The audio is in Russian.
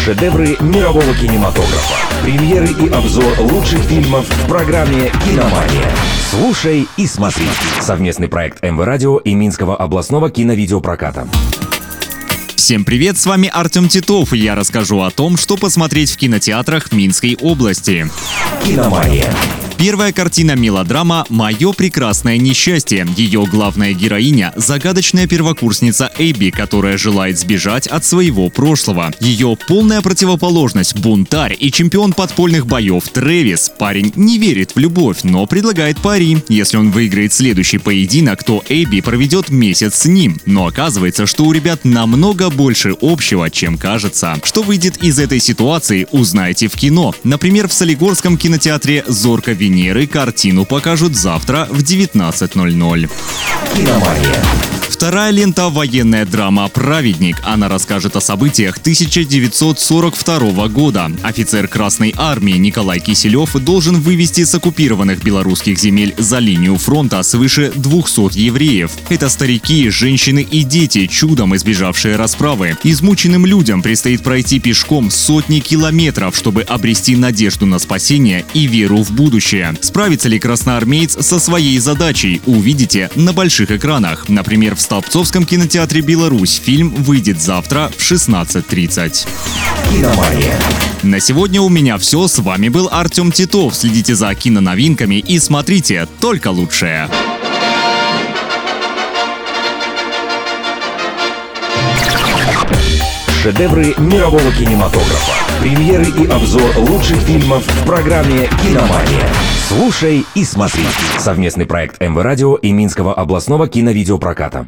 Шедевры мирового кинематографа. Премьеры и обзор лучших фильмов в программе «Киномания». Слушай и смотри. Совместный проект МВ Радио и Минского областного киновидеопроката. Всем привет, с вами Артем Титов, и я расскажу о том, что посмотреть в кинотеатрах Минской области. «Киномания». Первая картина-мелодрама «Мое прекрасное несчастье». Ее главная героиня – загадочная первокурсница Эбби, которая желает сбежать от своего прошлого. Ее полная противоположность – бунтарь и чемпион подпольных боев Трэвис. Парень не верит в любовь, но предлагает пари. Если он выиграет следующий поединок, то Эбби проведет месяц с ним. Но оказывается, что у ребят намного больше общего, чем кажется. Что выйдет из этой ситуации, узнаете в кино. Например, в Солигорском кинотеатре «Зорко Венеры» картину покажут завтра в 19:00. «Киномания». Вторая лента – военная драма «Праведник». Она расскажет о событиях 1942 года. Офицер Красной армии Николай Киселев должен вывести с оккупированных белорусских земель за линию фронта свыше 200 евреев. Это старики, женщины и дети, чудом избежавшие расправы. Измученным людям предстоит пройти пешком сотни километров, чтобы обрести надежду на спасение и веру в будущее. Справится ли красноармеец со своей задачей, увидите на больших экранах. Например, в Столбцовском кинотеатре «Беларусь» фильм выйдет завтра в 16:30. «Киномания». На сегодня у меня все. С вами был Артем Титов. Следите за киноновинками и смотрите только лучшее. Шедевры мирового кинематографа. Премьеры и обзор лучших фильмов в программе «Киномания». Слушай и смотри. Совместный проект МВ Радио и Минского областного киновидеопроката.